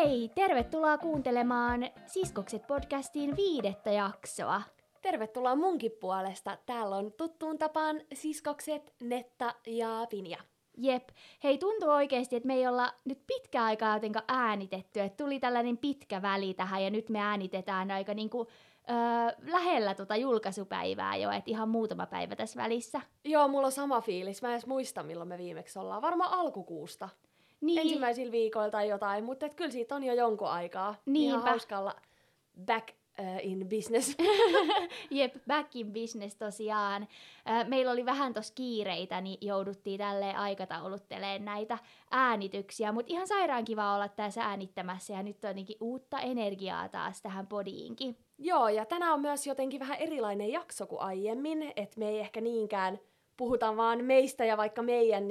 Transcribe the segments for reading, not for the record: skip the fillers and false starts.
Hei, tervetuloa kuuntelemaan Siskokset-podcastin 5. jaksoa. Tervetuloa munkin puolesta. Täällä on tuttuun tapaan siskokset, Netta ja Pinja. Jep. Hei, tuntuu oikeasti, että me ei olla nyt pitkään aikaa jotenkaan äänitetty. Että tuli tällainen pitkä väli tähän ja nyt me äänitetään aika niinku, lähellä julkaisupäivää jo, että ihan muutama päivä tässä välissä. Joo, mulla on sama fiilis. Mä en edes muista, milloin me viimeksi ollaan. Varmaan alkukuusta. Niin. Ensimmäisillä viikoilla tai jotain, mutta kyllä siitä on jo jonkun aikaa. Niinpä. Ihan hauska olla back in business. Jep, back in business tosiaan. Meillä oli vähän tossa kiireitä, niin jouduttiin tälleen aikatauluttelemaan näitä äänityksiä, mutta ihan sairaan kiva olla tässä äänittämässä ja nyt on jotenkin uutta energiaa taas tähän podiinkin. Joo, ja tänään on myös jotenkin vähän erilainen jakso kuin aiemmin, että me ei ehkä niinkään puhuta vaan meistä ja vaikka meidän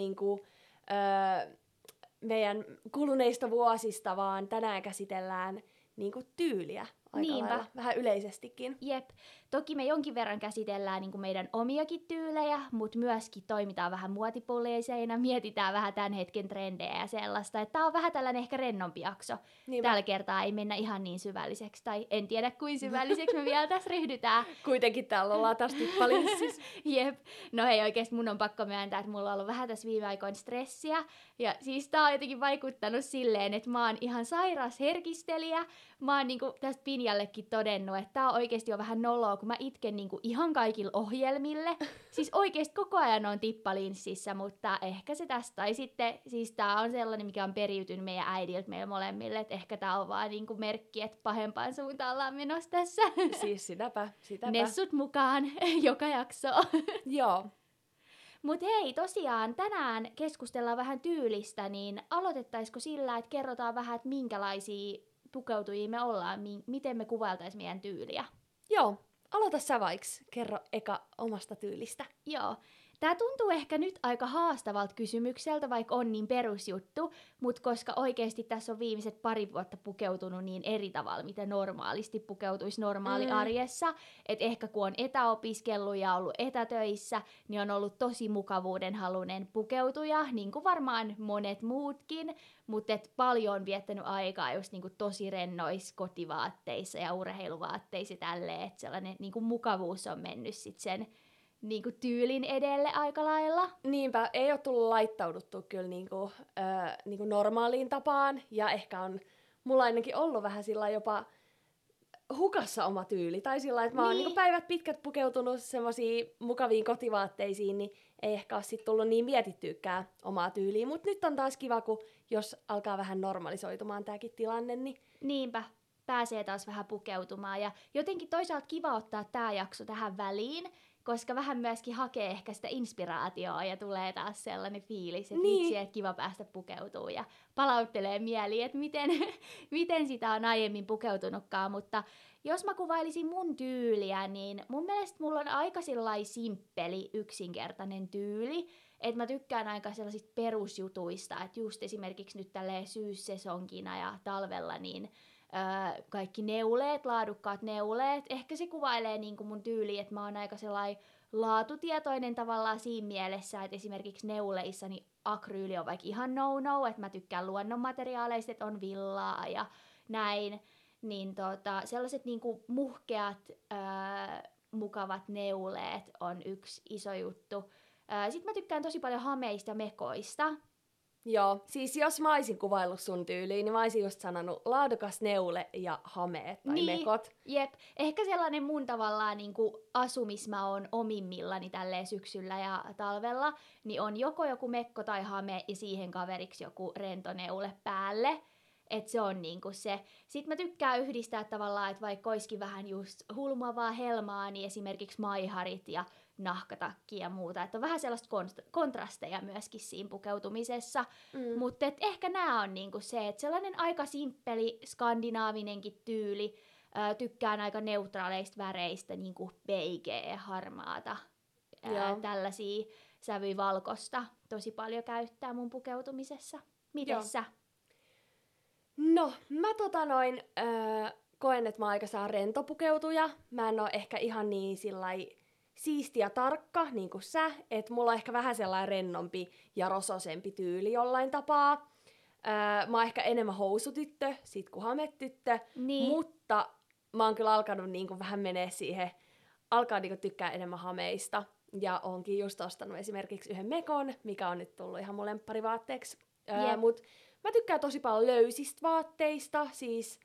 meidän kuluneista vuosista, vaan tänään käsitellään tyyliä aika lailla, vähän yleisestikin. Jep. Toki me jonkin verran käsitellään meidän omiakin tyylejä, mutta myöskin toimitaan vähän muotipoliiseina, mietitään vähän tämän hetken trendejä ja sellaista. Tämä on vähän tällainen ehkä rennompi jakso. Niinpä. Tällä kertaa ei mennä ihan niin syvälliseksi, tai en tiedä kuin syvälliseksi me vielä tässä ryhdytään. Kuitenkin täällä ollaan taas tippalinssissä. Jep. No hei, oikeasti mun on pakko myöntää, että mulla on ollut vähän tässä viime aikoina stressiä. Ja siis tää on jotenkin vaikuttanut silleen, että mä oon ihan sairas herkistelijä. Mä oon tästä Pinjallekin todennut, että tää on oikeasti jo vähän noloa, kun mä itken ihan kaikilla ohjelmille. Siis oikeasti koko ajan on tippalinssissä, mutta ehkä se tästä. Tai sitten, siis tää on sellainen, mikä on periytynyt meidän äidiltä meillä molemmille, että ehkä tää on vaan merkki, että pahempaan suuntaan ollaan menossa tässä. Siis sitäpä. Nessut mukaan joka jakso. Joo. Mut hei, tosiaan tänään keskustellaan vähän tyylistä, niin aloitettaisiko sillä, että kerrotaan vähän, että minkälaisia pukeutujia me ollaan, miten me kuvailtaisiin meidän tyyliä. Joo, aloita sä vaiks. Kerro eka omasta tyylistä. Joo. Tää tuntuu ehkä nyt aika haastavalta kysymykseltä, vaikka on niin perusjuttu, mutta koska oikeasti tässä on viimeiset pari vuotta pukeutunut niin eri tavalla, mitä normaalisti pukeutuisi arjessa, että ehkä kun on etäopiskellut ja ollut etätöissä, niin on ollut tosi mukavuudenhaluinen pukeutuja, niin kuin varmaan monet muutkin, mutta paljon on viettänyt aikaa just tosi rennoissa kotivaatteissa ja urheiluvaatteissa ja tälleen, että sellainen mukavuus on mennyt sit sen tyylin edelle aika lailla. Niinpä, ei ole tullut laittauduttu kyllä normaaliin tapaan, ja ehkä on mulla ainakin ollut vähän sillä jopa hukassa oma tyyli, tai sillä että mä oon päivät pitkät pukeutunut semmoisiin mukaviin kotivaatteisiin, niin ei ehkä ole sit tullut niin mietittyykään omaa tyyliä, mutta nyt on taas kiva, kun jos alkaa vähän normalisoitumaan tääkin tilanne, niin niinpä. Pääsee taas vähän pukeutumaan, ja jotenkin toisaalta kiva ottaa tää jakso tähän väliin, koska vähän myöskin hakee ehkä sitä inspiraatioa ja tulee taas sellainen fiilis, että vitsi, että kiva päästä pukeutumaan ja palauttelee mieliin, että miten sitä on aiemmin pukeutunutkaan, mutta jos mä kuvailisin mun tyyliä, niin mun mielestä mulla on aika sellainen simppeli, yksinkertainen tyyli, että mä tykkään aika sellaisista perusjutuista, että just esimerkiksi nyt tälleen syyssesonkina ja talvella, niin kaikki neuleet, laadukkaat neuleet. Ehkä se kuvailee mun tyyliä, että mä oon aika sellainen laatutietoinen tavallaan siinä mielessä, että esimerkiksi neuleissa niin akryyli on vaikka ihan no-no, että mä tykkään luonnonmateriaaleista, että on villaa ja näin. Niin sellaiset muhkeat, mukavat neuleet on yksi iso juttu. Sitten mä tykkään tosi paljon hameista ja mekoista. Joo, siis jos mä olisin kuvaillut sun tyyliin, niin mä olisin just sanonut laadukas neule ja hameet tai mekot. Jep. Ehkä sellainen mun tavallaan asu, missä mä oon omimmillani tälleen syksyllä ja talvella, niin on joko joku mekko tai hame ja siihen kaveriksi joku rento neule päälle. Että se on se. Sitten mä tykkään yhdistää tavallaan, että vaikka olisikin vähän just hulmuavaa helmaa, niin esimerkiksi maiharit ja nahkatakki ja muuta. Että on vähän sellaista kontrasteja myöskin siinä pukeutumisessa. Mutta ehkä nämä on se, että sellainen aika simppeli skandinaavinenkin tyyli. Tykkään aika neutraaleista väreistä, niin kuin beigea, harmaata. Tällaisia sävyjä valkosta tosi paljon käyttää mun pukeutumisessa. Miten sä? No, mä koen, että mä aika saan rentopukeutuja. Mä en oo ehkä ihan niin siisti ja tarkka, niin kuin sä, että mulla on ehkä vähän sellainen rennompi ja rososempi tyyli jollain tapaa. Mä oon ehkä enemmän housutyttö, sit kuin hametyttö, Niin. mutta mä oon kyllä alkanut niinku vähän menee siihen, alkaa niinku tykkää enemmän hameista. Ja oonkin just ostanut esimerkiksi yhden mekon, mikä on nyt tullut ihan mun lempparivaatteeksi. Mut mä tykkään tosi paljon löysistä vaatteista, siis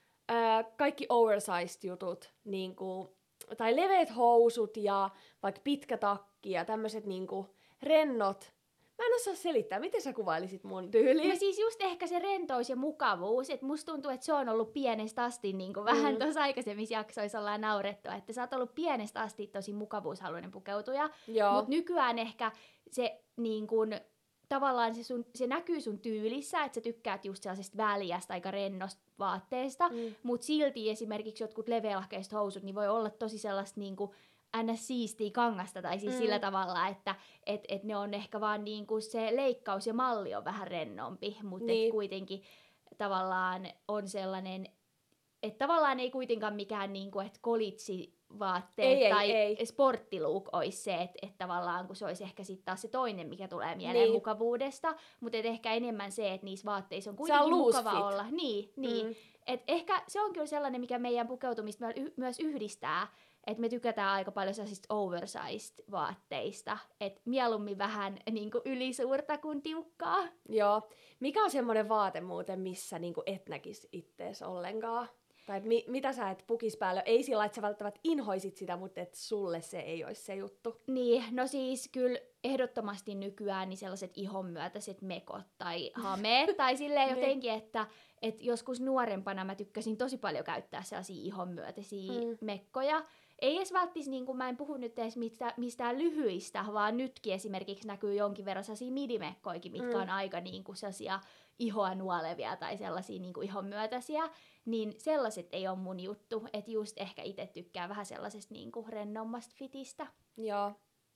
kaikki oversized jutut, niinku, tai leveät housut ja vaikka pitkä takki ja tämmöiset niinku rennot. Mä en osaa selittää, miten sä kuvailisit mun tyyliä? No siis just ehkä se rentous ja mukavuus, että musta tuntuu, että se on ollut pienestä asti, niin kuin vähän tuossa aikaisemmissa jaksoissa ollaan naurettu, että sä oot ollut pienestä asti tosi mukavuushaluinen pukeutuja, mutta nykyään ehkä se niin kuin, tavallaan se näkyy sun tyylissä, että sä tykkäät just sellaisesta väljästä, aika rennosta vaatteesta, mutta silti esimerkiksi jotkut leveälahkeiset housut, niin voi olla tosi sellaista niinku ns. Siistiä kangasta, tai siis sillä tavalla, että et ne on ehkä vaan niinku se leikkaus ja malli on vähän rennompi, mutta niin. Kuitenkin tavallaan on sellainen, että tavallaan ei kuitenkaan mikään niinku, että kolitsi-vaatteet tai sporttilook olisi se, että tavallaan kun se olisi ehkä sitten taas se toinen, mikä tulee mieleen mukavuudesta, mutta ehkä enemmän se, että niissä vaatteissa on kuitenkin mukava olla. Niin. Et ehkä se on kyllä sellainen, mikä meidän pukeutumista myös yhdistää, että me tykätään aika paljon sellaisista oversized vaatteista, että mieluummin vähän niinku ylisuurta kuin tiukkaa. Joo. Mikä on semmoinen vaate muuten, missä niinku et näkisi ittees ollenkaan? Tai mitä sä et pukis päällä? Ei sillä, että sä välttämättä inhoisit sitä, mutta et sulle se ei olisi se juttu. Niin, no siis kyllä ehdottomasti nykyään niin sellaiset ihonmyötäiset mekot tai hameet, tai silleen jotenkin, että joskus nuorempana mä tykkäsin tosi paljon käyttää sellaisia ihonmyötäisiä mekkoja. Ei edes välttis, niin kuin mä en puhu nyt edes mistään lyhyistä, vaan nytkin esimerkiksi näkyy jonkin verran sellaisia midimekkoikin, mitkä on aika niin kuin sellaisia ihoa nuolevia tai sellaisia niin kuin ihonmyötäisiä, niin sellaiset ei ole mun juttu, että just ehkä itse tykkää vähän sellaisesta niin kuin rennommasta fitistä. Joo.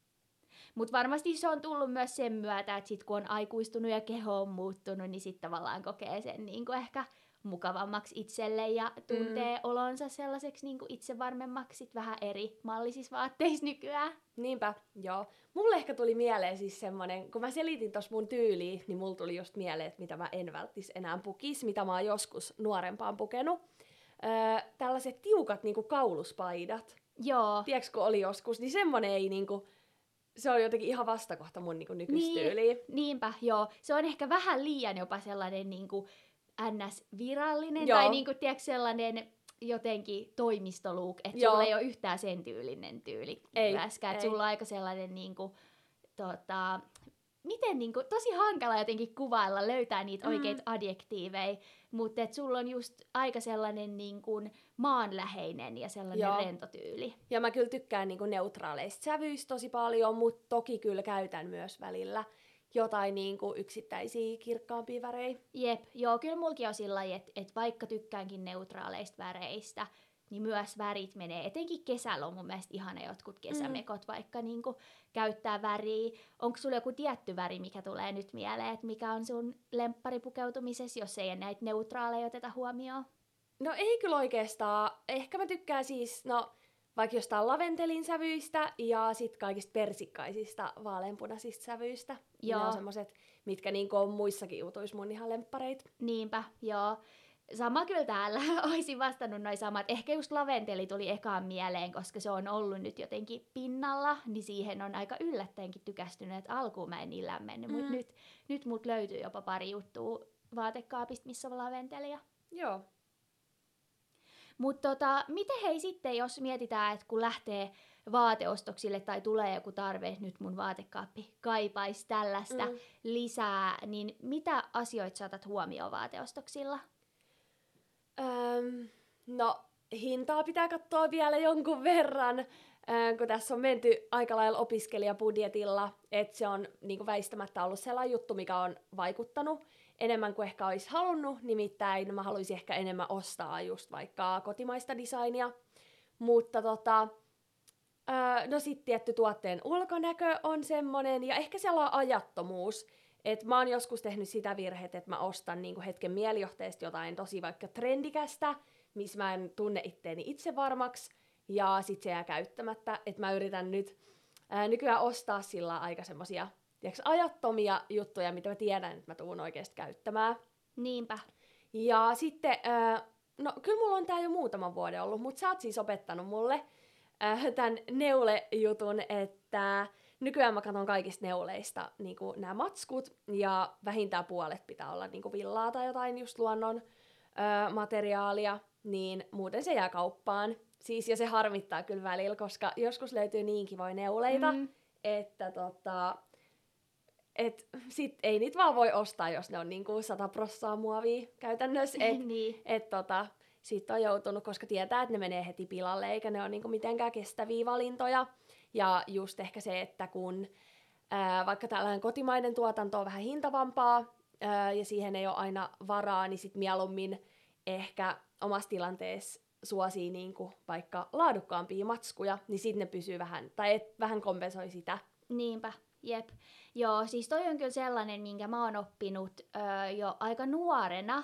Mutta varmasti se on tullut myös sen myötä, että sit kun on aikuistunut ja keho on muuttunut, niin sitten tavallaan kokee sen niin kuin ehkä mukavammaksi itselle ja tuntee olonsa sellaiseksi niin kuin itsevarmemmaksi sit vähän eri mallisissa vaatteissa nykyään. Niinpä, joo. Mulle ehkä tuli mieleen siis semmonen, kun mä selitin tossa mun tyyliä, niin mulla tuli just mieleen, että mitä mä en välttis enää pukis, mitä mä oon joskus nuorempaan pukenut. Tällaiset tiukat niinku kauluspaidat. Joo. Tiedätkö, kun oli joskus, niin semmonen ei niinku, se on jotenkin ihan vastakohta mun niinku nykystyyliin. Niinpä, joo. Se on ehkä vähän liian jopa sellainen niinku NS-virallinen tai niinku, tiedätkö, sellainen jotenkin toimistoluuk, että sulla ei ole yhtään sen tyylinen tyyli myöskään. Että sulla on aika sellainen niinku, miten niinku, tosi hankala jotenkin kuvailla, löytää niitä oikeita adjektiiveja, mutta että sulla on just aika sellainen niinku maanläheinen ja sellainen rentotyyli. Ja mä kyllä tykkään niinku neutraaleista sävyistä tosi paljon, mutta toki kyllä käytän myös välillä jotain niinku yksittäisiä kirkkaampia värejä. Jep, joo, kyllä mulki on sillä lailla, että vaikka tykkäänkin neutraaleista väreistä, niin myös värit menee. Etenkin kesällä on mun mielestä ihana jotkut kesämekot, vaikka niinku käyttää väriä. Onko sulla joku tietty väri, mikä tulee nyt mieleen, että mikä on sun lempparipukeutumisessa, jos ei näitä neutraaleja oteta huomioon? No ei kyllä oikeastaan. Ehkä mä tykkään siis, vaikka jostain laventelin sävyistä ja sit kaikista persikkaisista vaaleanpunaisista sävyistä. Joo. Ne on semmoset, mitkä niinku on muissakin jutuissa mun ihan lemppareit. Niinpä, joo. Sama kyllä täällä, olisin vastannut noin samat. Ehkä just laventeli tuli ekaan mieleen, koska se on ollut nyt jotenkin pinnalla, niin siihen on aika yllättäenkin tykästynyt, että alkuun mä en niin lämmennyt, mutta nyt mut löytyy jopa pari juttua vaatekaapista, missä on laventelia. Joo. Mutta miten hei sitten, jos mietitään, että kun lähtee vaateostoksille tai tulee joku tarve, että nyt mun vaatekaappi kaipaisi tällaista lisää, niin mitä asioita saatat huomioon vaateostoksilla? No, hintaa pitää katsoa vielä jonkun verran, kun tässä on menty aika lailla opiskelijabudjetilla, että se on niin väistämättä ollut sellainen juttu, mikä on vaikuttanut enemmän kuin ehkä olisi halunnut, nimittäin mä haluaisin ehkä enemmän ostaa just vaikka kotimaista designia, mutta no sit tietty tuotteen ulkonäkö on semmonen, ja ehkä siellä on ajattomuus, että mä oon joskus tehnyt sitä virhettä, että mä ostan niinku hetken mielijohteesta jotain tosi vaikka trendikästä, missä mä en tunne itteeni itsevarmaksi, ja sit se jää käyttämättä, että mä yritän nyt nykyään ostaa sillä aika semmosia ajattomia juttuja, mitä mä tiedän, että mä tuun oikeasti käyttämään. Niinpä. Ja sitten, no kyllä mulla on tää jo muutaman vuoden ollut, mutta sä oot siis opettanut mulle tämän neulejutun, että nykyään mä katson kaikista neuleista niin nämä matskut, ja vähintään puolet pitää olla niin villaa tai jotain just luonnon materiaalia, niin muuten se jää kauppaan. Siis, ja se harmittaa kyllä välillä, koska joskus löytyy niin kivoja neuleita, että et sit ei niitä vaan voi ostaa, jos ne on niinku 100% muovia käytännössä. Niin. Siitä on joutunut, koska tietää, että ne menee heti pilalle, eikä ne ole niinku mitenkään kestäviä valintoja. Ja just ehkä se, että kun vaikka tällainen kotimainen tuotanto on vähän hintavampaa, ja siihen ei ole aina varaa, niin sit mieluummin ehkä omassa tilanteessa suosii niinku vaikka laadukkaampia matskuja, niin sit ne pysyy vähän, tai vähän kompensoi sitä. Niinpä, jep. Joo, siis toi on kyllä sellainen, minkä mä oon oppinut jo aika nuorena,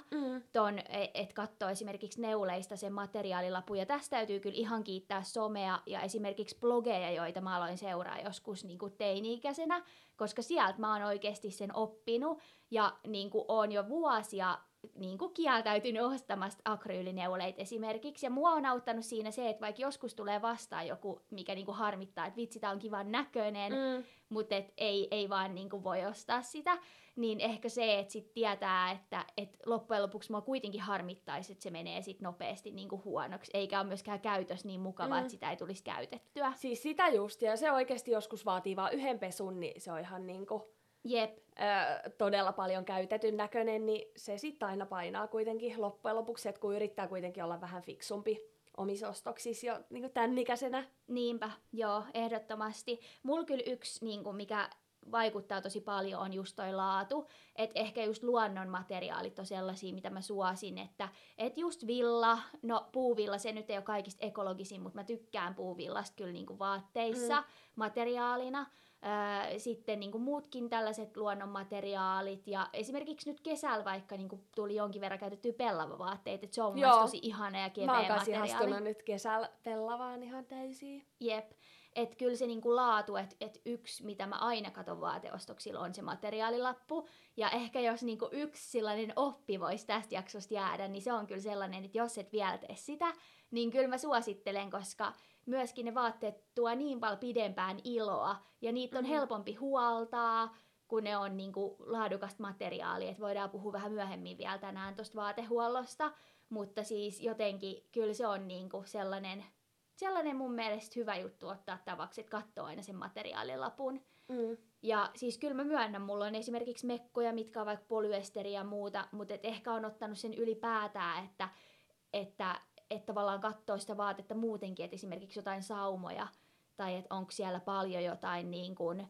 että katsoo esimerkiksi neuleista sen materiaalilapu. Ja tästä täytyy kyllä ihan kiittää somea ja esimerkiksi blogeja, joita mä aloin seuraa joskus niin kuin teini-ikäisenä, koska sieltä mä oon oikeasti sen oppinut ja niin kuin oon jo vuosia niin kuin kieltäytynyt ostamasta akryylineuleita esimerkiksi. Ja mua on auttanut siinä se, että vaikka joskus tulee vastaan joku, mikä niin kuin harmittaa, että vitsi, tää on kivan näköinen, mutta ei vaan niin kuin voi ostaa sitä, niin ehkä se, että sit tietää, että loppujen lopuksi mua kuitenkin harmittaisi, että se menee sit nopeasti niin kuin huonoksi, eikä ole myöskään käytös niin mukavaa, että sitä ei tulisi käytettyä. Siis sitä just, ja se oikeasti joskus vaatii vaan yhden pesun, niin se on ihan niinku Jep. Todella paljon käytetyn näköinen, niin se sitten aina painaa kuitenkin loppujen lopuksi, että kun yrittää kuitenkin olla vähän fiksumpi omissa ostoksissa jo niin kuin tämän ikäisenä. Niinpä, joo, ehdottomasti. Mulla kyllä yksi, niin kuin mikä vaikuttaa tosi paljon, on just toi laatu. Että ehkä just luonnonmateriaalit on sellaisia, mitä mä suosin, että just villa, no puuvilla, se nyt ei ole kaikista ekologisin, mutta mä tykkään puuvillasta kyllä niin kuin vaatteissa materiaalina. Sitten niin kuin muutkin tällaiset luonnonmateriaalit ja esimerkiksi nyt kesällä vaikka niin kuin tuli jonkin verran käytettyä pellavavaatteita, että se on mun tosi ihana ja keveä materiaali. Mä oon kanssa ihastunut nyt kesällä pellavaan ihan täysiä. Jep, että kyllä se niinku laatu, että yksi mitä mä aina katon vaateostoksilla on se materiaalilappu ja ehkä jos niinku yksi sellainen oppi voisi tästä jaksosta jäädä, niin se on kyllä sellainen, että jos et vielä tee sitä, niin kyllä mä suosittelen, koska myöskin ne vaatteet tuo niin paljon pidempään iloa ja niitä on helpompi huoltaa, kun ne on niinku laadukasta materiaalia, että voidaan puhua vähän myöhemmin vielä tänään tuosta vaatehuollosta, mutta siis jotenkin kyllä se on niinku sellainen mun mielestä hyvä juttu ottaa tavaksi, että katsoo aina sen materiaalilapun. Ja siis kyllä mä myönnän, mulla on esimerkiksi mekkoja, mitkä on vaikka polyesteriä ja muuta, mutta ehkä on ottanut sen ylipäätään, että tavallaan katsoo sitä vaatetta muutenkin, että esimerkiksi jotain saumoja, tai että onko siellä paljon jotain niin kuin,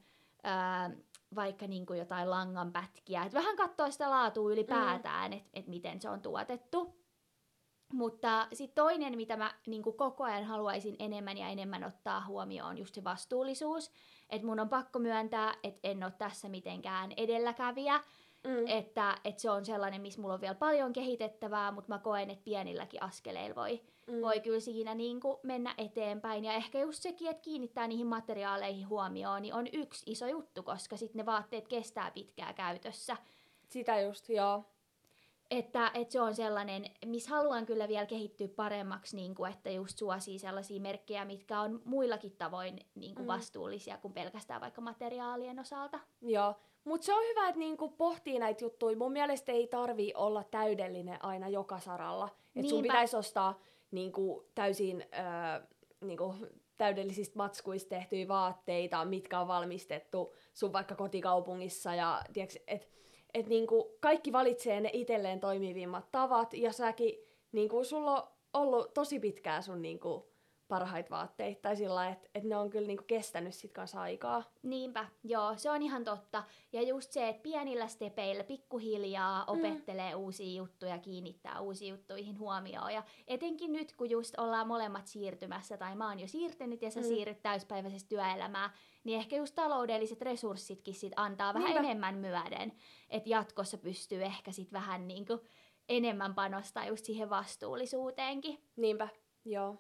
vaikka niin kuin jotain langanpätkiä. Että vähän katsoo sitä laatua ylipäätään, että miten se on tuotettu. Mutta sitten toinen, mitä mä niin kuin koko ajan haluaisin enemmän ja enemmän ottaa huomioon, on just se vastuullisuus. Että mun on pakko myöntää, että en ole tässä mitenkään edelläkävijä. Että se on sellainen, missä mulla on vielä paljon kehitettävää, mutta mä koen, että pienilläkin askeleilla voi kyllä siinä niin kuin mennä eteenpäin. Ja ehkä just sekin, että kiinnittää niihin materiaaleihin huomioon, niin on yksi iso juttu, koska sitten ne vaatteet kestää pitkää käytössä. Sitä just, joo. Että se on sellainen, missä haluan kyllä vielä kehittyä paremmaksi, niin kuin, että just suosii sellaisia merkkejä, mitkä on muillakin tavoin niin kuin vastuullisia kuin pelkästään vaikka materiaalien osalta. Joo, mutta se on hyvä, että niinku pohtii näitä juttuja. Mun mielestä ei tarvii olla täydellinen aina joka saralla. Että sun pitäisi ostaa niinku täysin niinku täydellisistä matskuista tehtyjä vaatteita, mitkä on valmistettu sun vaikka kotikaupungissa. Ja että niinku kaikki valitsee ne itselleen toimivimmat tavat, ja säkin, niinku, sulla on ollut tosi pitkään sun niinku parhaita vaatteita, tai sillä että ne on kyllä niinku kestänyt sit kanssa aikaa. Niinpä, joo, se on ihan totta. Ja just se, että pienillä stepeillä pikkuhiljaa opettelee uusia juttuja, kiinnittää uusiin juttuihin huomioon. Ja etenkin nyt, kun just ollaan molemmat siirtymässä, tai mä oon jo siirtynyt ja sä siirryt täyspäiväisesti työelämään, niin ehkä just taloudelliset resurssitkin sit antaa vähän enemmän myöden. Että jatkossa pystyy ehkä sit vähän niinku enemmän panostaa just siihen vastuullisuuteenkin. Niinpä, joo.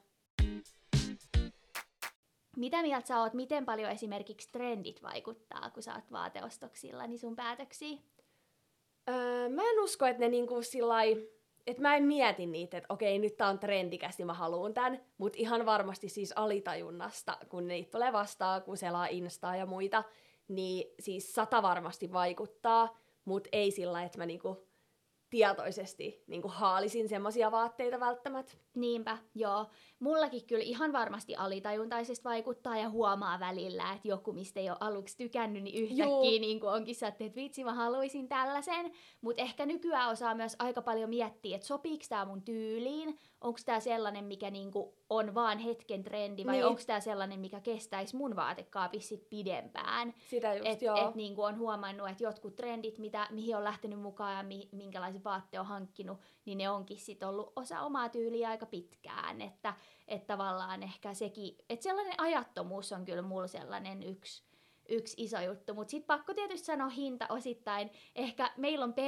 Mitä mieltä sä oot, miten paljon esimerkiksi trendit vaikuttaa, kun sä oot vaateostoksilla, niin sun päätöksiin? Mä en usko, että ne niinku sillai, että mä en mieti niitä, että okei, nyt tää on trendikäs, niin mä haluun tän. Mut ihan varmasti siis alitajunnasta, kun niitä tulee vastaan, kun selaa Instaa ja muita, niin siis 100 varmasti vaikuttaa, mut ei sillä, että mä niinku tietoisesti niinku haalisin semmosia vaatteita välttämättä. Niinpä, joo. Mullakin kyllä ihan varmasti alitajuntaisesti vaikuttaa ja huomaa välillä, että joku, mistä ei ole aluksi tykännyt, niin yhtäkkiä niin onkin sattu, että vitsi, mä haluaisin tällaisen. Mutta ehkä nykyään osaa myös aika paljon miettiä, että sopiiko tää mun tyyliin, onko tää sellainen, mikä niinku on vaan hetken trendi, vai niin. onko tää sellainen, mikä kestäisi mun vaatekaapissa pidempään. Sitä just, joo. Et niinku on huomannut, että jotkut trendit, mihin on lähtenyt mukaan ja minkälaisen vaatteen on hankkinut, niin ne onkin sit ollut osa omaa tyyliä aika pitkään, että tavallaan ehkä sekin, että sellainen ajattomuus on kyllä mulla sellainen yksi iso juttu, mutta sitten pakko tietysti sanoa hinta osittain, ehkä meillä on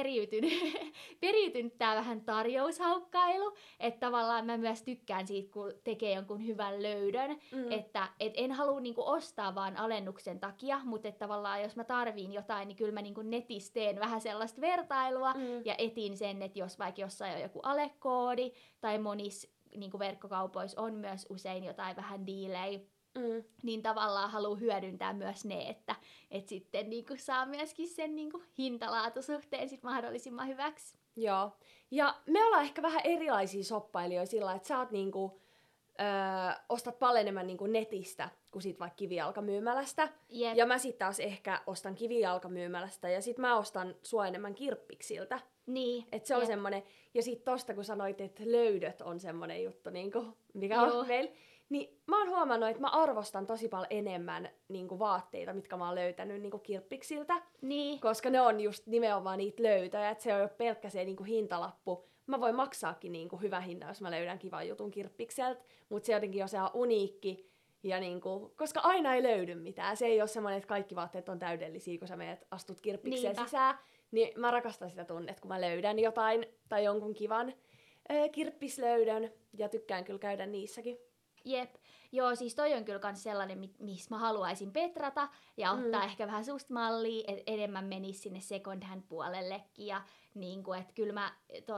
periytynyt tää vähän tarjoushaukkailu, että tavallaan mä myös tykkään siitä, kun tekee jonkun hyvän löydön, että en halua niinku ostaa vaan alennuksen takia, mutta että tavallaan jos mä tarviin jotain, niin kyllä mä niinku netissä teen vähän sellaista vertailua ja etin sen, että jos vaikka jossain on joku alekoodi tai monissa niinku verkkokaupoissa on myös usein jotain vähän diilejä, niin tavallaan haluaa hyödyntää myös ne, että sitten niinku saa myöskin sen niinku hintalaatusuhteen sit mahdollisimman hyväksi. Joo. Ja me ollaan ehkä vähän erilaisia shoppailijoita sillä, että sä oot niinku, ostat paljon enemmän niinku netistä kuin sit vaikka kivijalkamyymälästä. Jep. Ja mä sit taas ehkä ostan kivijalkamyymälästä ja sit mä ostan sua enemmän kirppiksiltä. Niin. Et se on semmonen, ja sit tosta kun sanoit, että löydöt on semmonen juttu, niinku, mikä on meillä, niin mä oon huomannut, että mä arvostan tosi paljon enemmän niinku vaatteita, mitkä mä oon löytänyt niinku kirppiksiltä. Niin. Koska ne on just nimenomaan niitä löytöjä, että se on jo pelkkä se niinku hintalappu. Mä voin maksaakin niinku hyvän hinnan, jos mä löydän kivan jutun kirppikseltä, mutta se jotenkin on se uniikki. Ja niinku, koska aina ei löydy mitään. Se ei ole semmoinen, että kaikki vaatteet on täydellisiä, kun sä menet, astut kirppikseen sisään. Niin mä rakastan sitä tunnetta, kun mä löydän jotain tai jonkun kivan kirppislöydön. Ja tykkään kyllä käydä niissäkin. Jep. Joo, siis toi on kyllä kans sellainen, missä mä haluaisin petrata ja ottaa ehkä vähän susta mallia, että enemmän menisi sinne second hand puolellekin. Ja niinku, että kyllä mä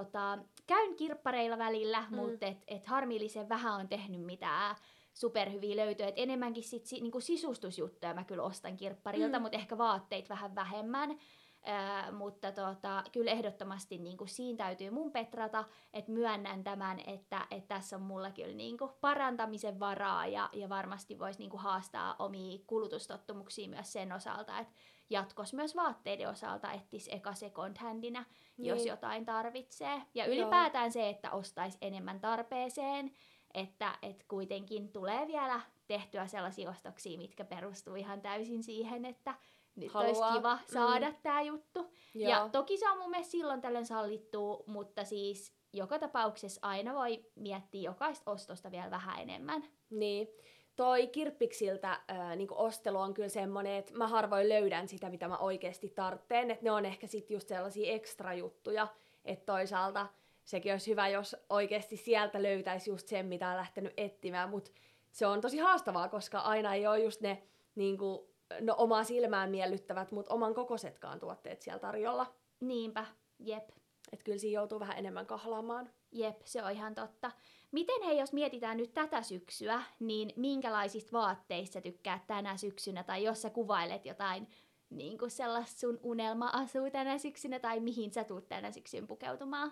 käyn kirppareilla välillä, mutta et harmillisen vähän on tehnyt mitään superhyviä löytöjä. Et enemmänkin sit niinku sisustusjuttuja mä kyllä ostan kirpparilta, mutta ehkä vaatteet vähän vähemmän. Mutta kyllä ehdottomasti niinku siinä täytyy mun petrata, että myönnän tämän, että tässä on mulla kyllä niinku parantamisen varaa ja varmasti voisi niinku haastaa omia kulutustottumuksia myös sen osalta, että jatkossa myös vaatteiden osalta etsisi eka second handina, jos jotain tarvitsee. Ja ylipäätään se, että ostaisi enemmän tarpeeseen, että kuitenkin tulee vielä tehtyä sellaisia ostoksia, mitkä perustuu ihan täysin siihen, että nyt olisi kiva saada tää juttu. Joo. Ja toki se on mun mielestä silloin tällöin sallittua, mutta siis joka tapauksessa aina voi miettiä jokaista ostosta vielä vähän enemmän. Niin. Toi kirppiksiltä niinku ostelu on kyllä semmonen, että mä harvoin löydän sitä, mitä mä oikeasti tarvitsen. Että ne on ehkä sit just sellaisia ekstra juttuja, että toisaalta sekin olisi hyvä, jos oikeasti sieltä löytäisi just sen, mitä on lähtenyt etsimään. Mutta se on tosi haastavaa, koska aina ei ole just ne niinku, omaa silmään miellyttävät, mutta oman kokoisetkaan tuotteet siellä tarjolla. Niinpä, jep. Että kyllä siinä joutuu vähän enemmän kahlaamaan. Jep, se on ihan totta. Miten hei, jos mietitään nyt tätä syksyä, niin minkälaisista vaatteista tykkäät tänä syksynä, tai jos sä kuvailet jotain niin kuin sellaista sun unelma-asua tänä syksynä, tai mihin sä tuut tänä syksyn pukeutumaan?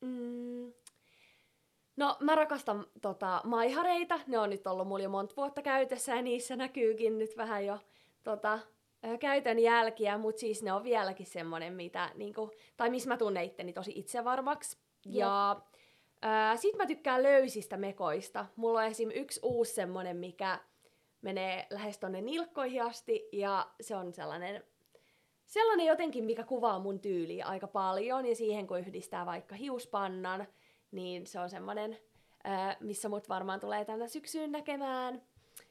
No mä rakastan maihareita, ne on nyt ollut mulla jo monta vuotta käytössä, ja niissä näkyykin nyt vähän jo käytön jälkiä, mutta siis ne on vieläkin semmonen, mitä, niinku, tai missä mä tunnen itteni tosi itsevarmaksi. Yep. Ja sit mä tykkään löysistä mekoista. Mulla on esim. Yksi uusi semmonen, mikä menee lähes tonne nilkkoihin asti, ja se on sellainen jotenkin, mikä kuvaa mun tyyliä aika paljon, ja siihen kun yhdistää vaikka hiuspannan, niin se on semmonen, missä mut varmaan tulee tänä syksyyn näkemään.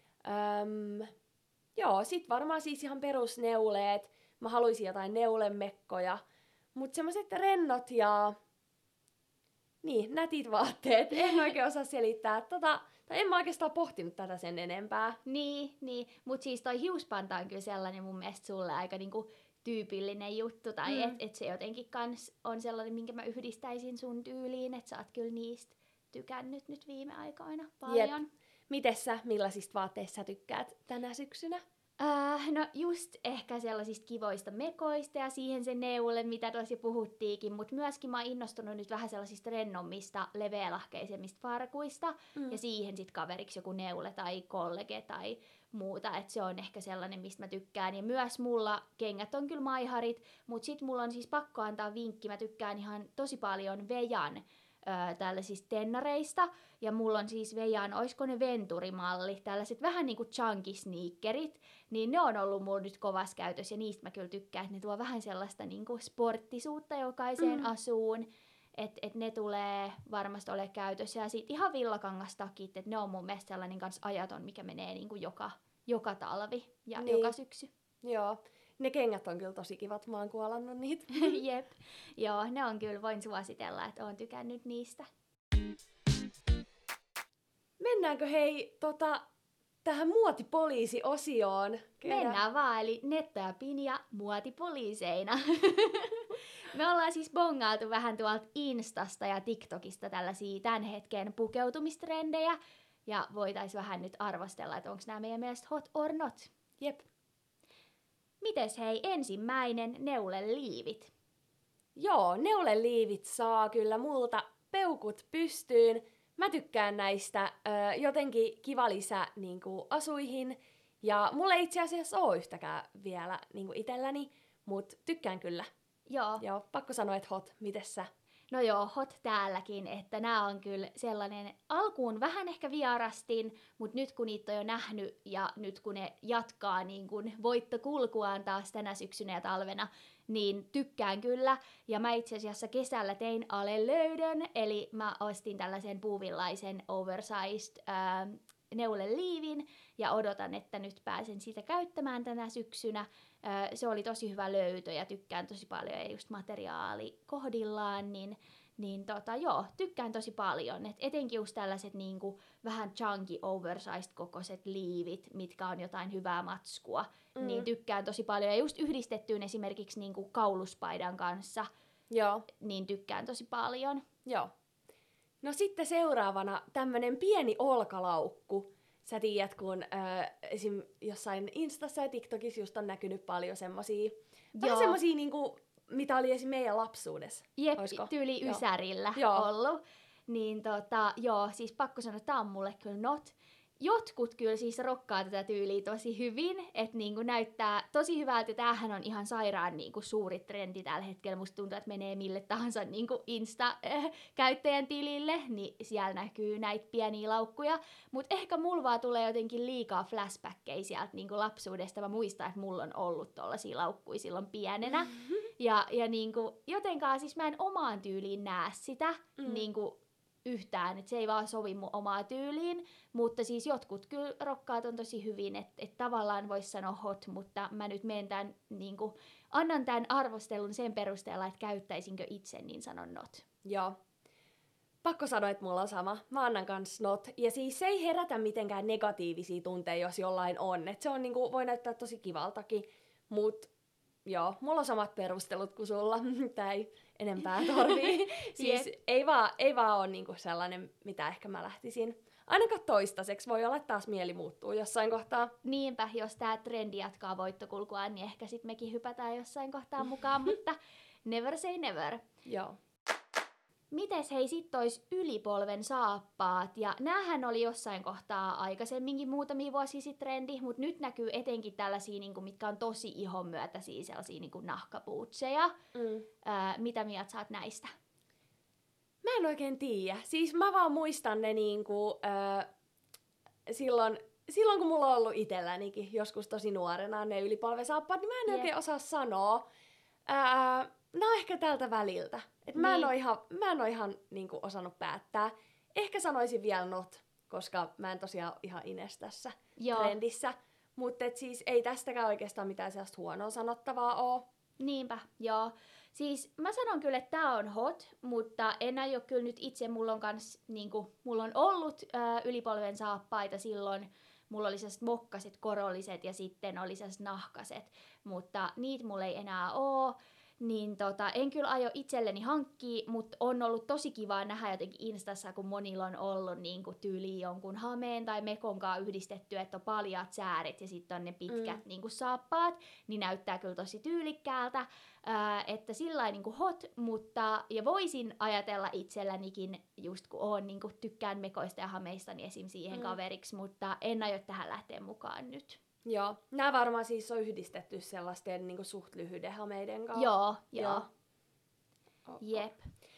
Joo, sit varmaan siis ihan perusneuleet. Mä haluaisin jotain neulemekkoja. Mut semmoset rennot ja nätit vaatteet. En oikein osaa selittää. Tai en mä oikeastaan pohtinut tätä sen enempää. Niin. Mut siis toi hiuspanta on kyllä sellainen mun mielestä sulle aika niinku tyypillinen juttu, tai et se jotenkin kans on sellainen, minkä mä yhdistäisin sun tyyliin, että sä oot kyllä niistä tykännyt nyt viime aikoina paljon. Jep. Mites sä, millaisista vaatteista sä tykkäät tänä syksynä? No just ehkä sellaisista kivoista mekoista ja siihen se neule, mitä tuossa jo puhuttiinkin, mutta myöskin mä oon innostunut nyt vähän sellaisista rennommista, leveälahkeisemmista farkuista ja siihen sit kaveriksi joku neule tai kollege tai muuta, että se on ehkä sellainen, mistä mä tykkään. Ja myös mulla kengät on kyllä maiharit, mutta sit mulla on siis pakko antaa vinkki, mä tykkään ihan tosi paljon Vejan tällaisista tennareista, ja mulla on siis Vejan, oisko ne Venturimalli, tällaiset vähän niinku chunky sneakerit, niin ne on ollut mulla nyt kovassa käytössä, ja niistä mä kyllä tykkään, että ne tuo vähän sellaista niinku sporttisuutta jokaiseen asuun, että ne tulee varmasti ole käytössä, ja sit ihan villakangastakit, että ne on mun mielestä sellainen kans ajaton, mikä menee niinku joka talvi ja joka syksy. Joo. Ne kengät on kyllä tosi kivat, mä oon kuolannut niitä. Jep. Joo, ne on kyllä, voin suositella, että oon tykännyt niistä. Mennäänkö hei tähän muotipoliisi-osioon? Mennään vaan, eli Netta ja Pinja muotipoliiseina. Me ollaan siis bongailtu vähän tuolta Instasta ja TikTokista tällaisia tämän hetken pukeutumistrendejä, ja voitais vähän nyt arvostella, että onko nämä meidän mielestä hot or not. Jep. Mites hei, ensimmäinen neuleliivit? Joo, neuleliivit saa kyllä multa peukut pystyyn. Mä tykkään näistä jotenkin kiva lisä niinku asuihin. Ja mulla ei itse asiassa ole yhtäkään vielä niinku itselläni, mut tykkään kyllä. Joo, pakko sanoa, että hot. Mites sä? No joo, hot täälläkin, että nämä on kyllä sellainen, alkuun vähän ehkä vierastin, mutta nyt kun niitä on jo nähnyt ja nyt kun ne jatkaa niin kun voittokulkuaan taas tänä syksynä ja talvena, niin tykkään kyllä. Ja mä itse asiassa kesällä tein alelöydön, eli mä ostin tällaisen puuvillaisen oversized neuleliivin ja odotan, että nyt pääsen sitä käyttämään tänä syksynä. Se oli tosi hyvä löytö ja tykkään tosi paljon ja just materiaali kohdillaan, niin joo, tykkään tosi paljon. Et etenkin just tällaiset niinku vähän chunky oversized kokoiset liivit, mitkä on jotain hyvää matskua, niin tykkään tosi paljon. Ja just yhdistettyyn esimerkiksi niinku kauluspaidan kanssa, niin tykkään tosi paljon. Joo. No sitten seuraavana tämmönen pieni olkalaukku. Sä tiedät, kun esim. Jossain Instassa ja TikTokissa just on näkynyt paljon semmosia, vähän semmosia niinku, mitä oli esim. Meidän lapsuudessa. Jep, tyyli ysärillä ollut. Niin siis pakko sanoa, että tää on mulle kyllä not. Jotkut kyllä siis rokkaa tätä tyyliä tosi hyvin, että niinku näyttää tosi hyvältä, ja tämähän on ihan sairaan niinku suuri trendi tällä hetkellä. Musta tuntuu, että menee mille tahansa niinku Insta-käyttäjän tilille, niin siellä näkyy näitä pieniä laukkuja. Mutta ehkä mulla vaan tulee jotenkin liikaa flashbackkejä sieltä niinku lapsuudesta. Mä muistan, että mulla on ollut tollasia laukkuja silloin pienenä. Ja niinku, jotenkaan siis mä en omaan tyyliin näe sitä niinku yhtään, että se ei vaan sovi mun omaa tyyliin, mutta siis jotkut kyllä rokkaat on tosi hyvin, että tavallaan voisi sanoa hot, mutta mä nyt menen tämän, niinku, annan tämän arvostelun sen perusteella, että käyttäisinkö itse, niin sanon not. Joo. Pakko sanoa, että mulla on sama. Mä annan kans not. Ja siis se ei herätä mitenkään negatiivisia tunteja, jos jollain on. Et se on niinku, voi näyttää tosi kivaltakin, mut joo, mulla on samat perustelut kuin sulla. Tää ei enempää tarvii. Siis ei vaan ole niinku sellainen, mitä ehkä mä lähtisin. Ainakaan toistaiseksi. Voi olla, että taas mieli muuttuu jossain kohtaa. Niinpä, jos tää trendi jatkaa voittokulkuaan, niin ehkä sit mekin hypätään jossain kohtaa mukaan, mutta never say never. Joo. Mites hei sit ois ylipolven saappaat, ja näähän oli jossain kohtaa aikaisemminkin muutamia vuosia sit trendi, mut nyt näkyy etenkin tällaisia, niinku, mitkä on tosi ihon myötäisiä sellaisia niinku nahkapuutseja. Mitä mieltä sä oot näistä? Mä en oikein tiedä. Siis mä vaan muistan ne niinku, silloin kun mulla on ollut itsellänikin joskus tosi nuorena ne ylipolvensaappaat, niin mä en oikein osaa sanoa. Nää on ehkä tältä väliltä. Et mä en oo ihan niinku osannut päättää. Ehkä sanoisin vielä not, koska mä en tosiaan ihan ines tässä trendissä. Mutta siis ei tästäkään oikeastaan mitään sellaista huonoa sanottavaa oo. Niinpä, joo. Siis mä sanon kyllä, että tää on hot, mutta en aio kyllä nyt itse, mulla on ollut ylipolven saappaita silloin mulla oli sellaiset mokkaset, korolliset ja sitten oli sellaiset nahkaset, mutta niitä mulla ei enää oo. Niin en kyllä aio itselleni hankkia, mutta on ollut tosi kivaa nähdä jotenkin Instassa, kun monilla on ollut niin kuin tyyliin jonkun hameen tai mekonkaan yhdistetty, että on paljaat sääret ja sitten on ne pitkät niin kuin saappaat, niin näyttää kyllä tosi tyylikkäältä, että sillain niin kuin hot, mutta ja voisin ajatella itsellänikin, just kun oon niin kuin tykkään mekoista ja hameista, niin esim. Siihen kaveriksi, mutta en aio tähän lähteä mukaan nyt. Joo, nämä varmaan siis on yhdistetty sellaisten niin kuin suht lyhyiden hameiden kanssa. Joo. Jep.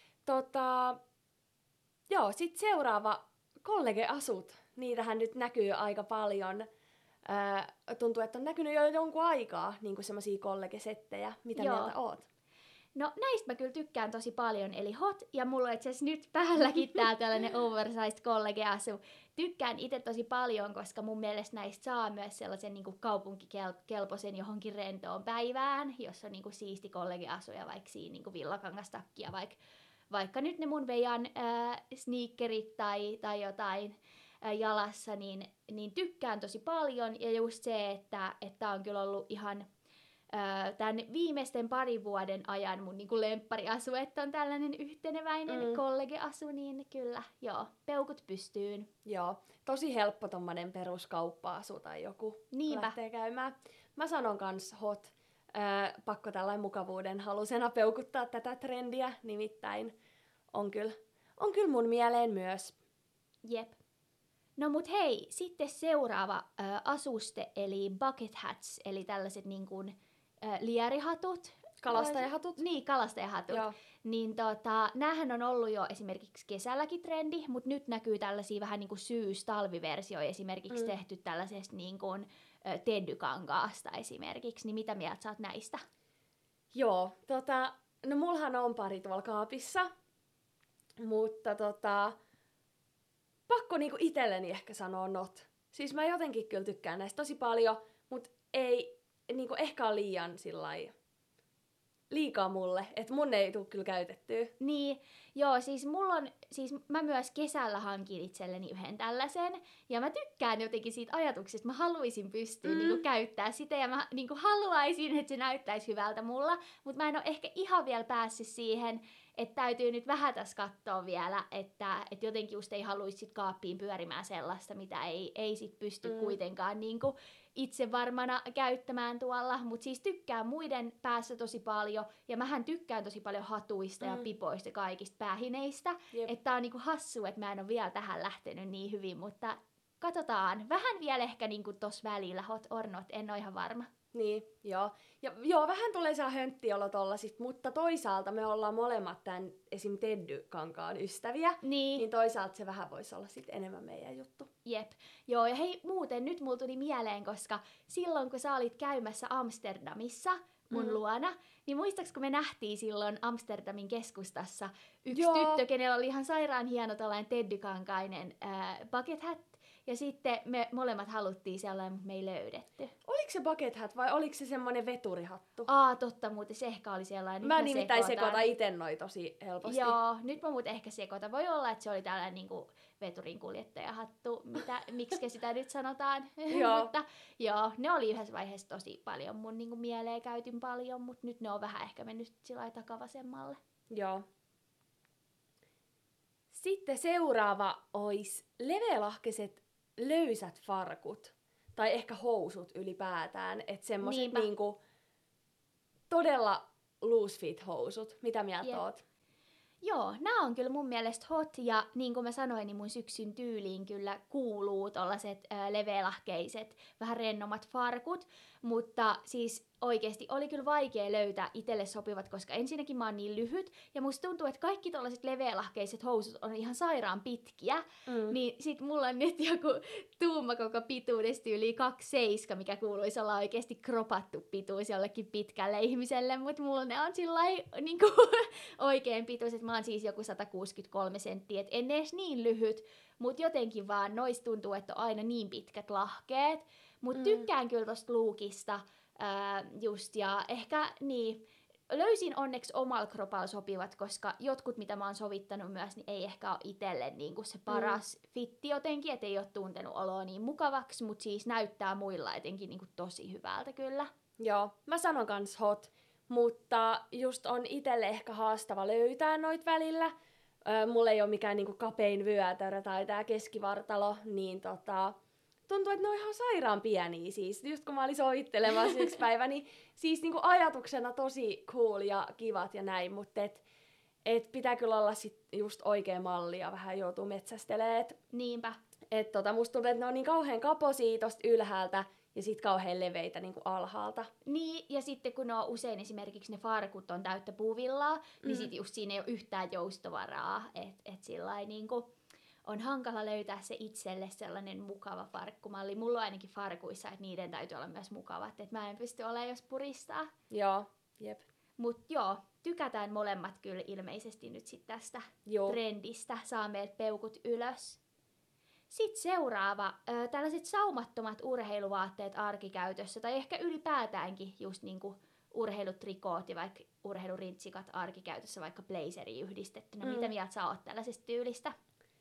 Joo, sit seuraava kollegeasut. Niitähän nyt näkyy aika paljon. Tuntuu, että on näkynyt jo jonkun aikaa niin kuin semmosia kollegesettejä. Mitä mieltä oot? No näistä mä kyllä tykkään tosi paljon, eli hot, ja mulla on itse asiassa nyt päälläkin tää tällainen oversized kollegeasu. Tykkään itse tosi paljon, koska mun mielestä näistä saa myös sellaisen niin kuin kaupunkikelpoisen johonkin rentoon päivään, jos on niin kuin siisti kollegeasu ja vaikka siinä niin kuin villakangastakki ja vaikka nyt ne mun veijan sneakerit tai jotain jalassa, niin tykkään tosi paljon. Ja just se, että on kyllä ollut ihan tämän viimeisten parin vuoden ajan mun niinku lemppariasu, että on tällainen yhteneväinen kollegeasu, niin kyllä, peukut pystyyn. Joo, tosi helppo tommonen peruskauppa-asu tai joku lähtee käymään. Mä sanon kans hot, pakko tällainen mukavuuden halusena peukuttaa tätä trendiä, nimittäin on kyllä mun mieleen myös. Jep. No mut hei, sitten seuraava asuste, eli bucket hats, eli tällaiset niin kuin lierihatut. Kalastajahatut? Niin, kalastajahatut. Joo. Niin näähän on ollut jo esimerkiksi kesälläkin trendi, mutta nyt näkyy tällaisia vähän niin kuin syys-talviversioja esimerkiksi tehty tällaisesta niin kuin teddykankaasta esimerkiksi. Niin mitä mieltä sä oot näistä? Joo, no mullahan on pari tuolla kaapissa, mutta pakko niinku itselleni ehkä sanoa not. Siis mä jotenkin kyllä tykkään näistä tosi paljon, mutta ei niinku ehkä on liian liikaa mulle, että mun ei tule kyllä käytettyä. Niin, siis mä myös kesällä hankin itselleni yhden tällaisen, ja mä tykkään jotenkin siitä ajatuksesta, mä haluaisin pystyä niinku käyttää sitä, ja mä niinku haluaisin, että se näyttäisi hyvältä mulla, mutta mä en ole ehkä ihan vielä päässyt siihen, että täytyy nyt vähän tässä katsoa vielä, että jotenkin just ei haluaisi sit kaappiin pyörimään sellaista, mitä ei sit pysty kuitenkaan niinku itse varmana käyttämään tuolla, mutta siis tykkään muiden päässä tosi paljon, ja mähän tykkään tosi paljon hatuista ja pipoista ja kaikista päähineistä, että tää on niinku hassu, että mä en ole vielä tähän lähtenyt niin hyvin, mutta katsotaan. Vähän vielä ehkä niinku tossa välillä hot or not, en ole ihan varma. Niin, joo. Ja joo, vähän tulee saa hönttiolo tollasit, mutta toisaalta me ollaan molemmat tämän esim. Teddy-kankaan ystäviä, niin toisaalta se vähän voisi olla sit enemmän meidän juttu. Jep. Joo, ja hei, muuten nyt mulla tuli mieleen, koska silloin kun sä olit käymässä Amsterdamissa mun luona, niin muistaaks kun me nähtiin silloin Amsterdamin keskustassa yksi tyttö, kenellä oli ihan sairaan hieno tällainen Teddy-kankainen bucket hat, ja sitten me molemmat haluttiin sellainen, mutta me ei löydetty. Oliko se bucket hat vai oliko se semmoinen veturihattu? Totta muuten, se ehkä oli sellainen. Mä nimittäin sekoitan ite noi tosi helposti. Joo, nyt mä muuten ehkä sekoitan. Voi olla, että se oli tällainen niinku veturin kuljettajahattu, miksi sitä nyt sanotaan. Mutta joo, ne oli yhdessä vaiheessa tosi paljon mun niinku mieleen käytyn paljon, mutta nyt ne on vähän ehkä mennyt sillä takavasemmalle. Joo. Sitten seuraava olisi leveälahkeiset löysät farkut. Tai ehkä housut ylipäätään. Että semmoset niinku todella loose fit housut. Mitä mieltä oot? Joo, nämä on kyllä mun mielestä hot, ja niin kuin mä sanoin, niin mun syksyn tyyliin kyllä kuuluu tollaset leveälahkeiset, vähän rennomat farkut, mutta siis oikeesti oli kyllä vaikea löytää itselle sopivat, koska ensinnäkin mä oon niin lyhyt, ja musta tuntuu, että kaikki tollaset leveälahkeiset housut on ihan sairaan pitkiä, niin sit mulla on nyt joku tuuma koko pituudesta yli 2,7, mikä kuuluisi olla oikeesti kropattu pituus jollekin pitkälle ihmiselle, mutta mulla ne on sillai niinku oikein pituus, että mä oon siis joku 163 senttiä, et en edes niin lyhyt, mutta jotenkin vaan noista tuntuu, että on aina niin pitkät lahkeet, mutta tykkään kyllä tosta luukista, just, ja ehkä niin, löysin onneksi omalla kropalla sopivat, koska jotkut, mitä mä oon sovittanut myös, niin ei ehkä ole itselle niin kuin se paras fitti jotenkin, et ei ole tuntenut oloa niin mukavaksi, mutta siis näyttää muilla etenkin niin kuin tosi hyvältä kyllä. Joo, mä sanon kans hot, mutta just on itselle ehkä haastava löytää noit välillä. Mulla ei ole mikään niinku kapein vyötärö tai tää keskivartalo, niin tuntuu, että ne on ihan sairaan pieniä siis. Just kun mä olin sovittelemassa yksi päivä, niin siis niinku ajatuksena tosi cool ja kivat ja näin, mutta et pitää kyllä olla sit just oikea malli ja vähän joutuu metsästelemään. Niinpä. Musta tuntuu, että ne on niin kauhean kaposia tosta ylhäältä ja sit kauhean leveitä niinku alhaalta. Niin, ja sitten kun ne on usein esimerkiksi ne farkut on täyttä puuvillaa, niin sit just siinä ei ole yhtään joustovaraa, että sillain niinku on hankala löytää se itselle sellainen mukava farkkumalli. Mulla on ainakin farkuissa, että niiden täytyy olla myös mukavat, että mä en pysty olemaan, jos puristaa. Joo, jep. Mut joo, tykätään molemmat kyllä ilmeisesti nyt sit tästä trendistä, saa meidät peukut ylös. Sitten seuraava, tällaiset saumattomat urheiluvaatteet arkikäytössä, tai ehkä ylipäätäänkin just niinku urheilutrikoot ja vaikka urheilurintsikat arkikäytössä, vaikka blazeriin yhdistettynä. Mitä mieltä sä oot tällaisesta tyylistä?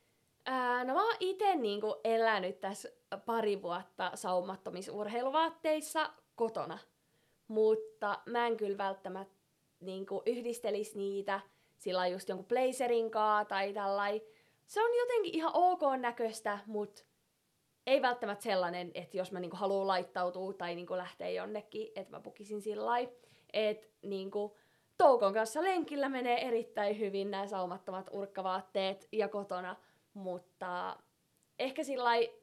No mä oon ite niinku elänyt tässä pari vuotta saumattomissa urheiluvaatteissa kotona, mutta mä en kyllä välttämättä niinku yhdistelis niitä sillä just jonkun blazerin kaa tai tällai. Se on jotenkin ihan ok näköistä, mutta ei välttämättä sellainen, että jos mä niinku haluan laittautua tai niinku lähteä jonnekin, että mä pukisin sillai. Että niinku Toukon kanssa lenkillä menee erittäin hyvin nämä saumattomat urkkavaatteet ja kotona, mutta ehkä sillai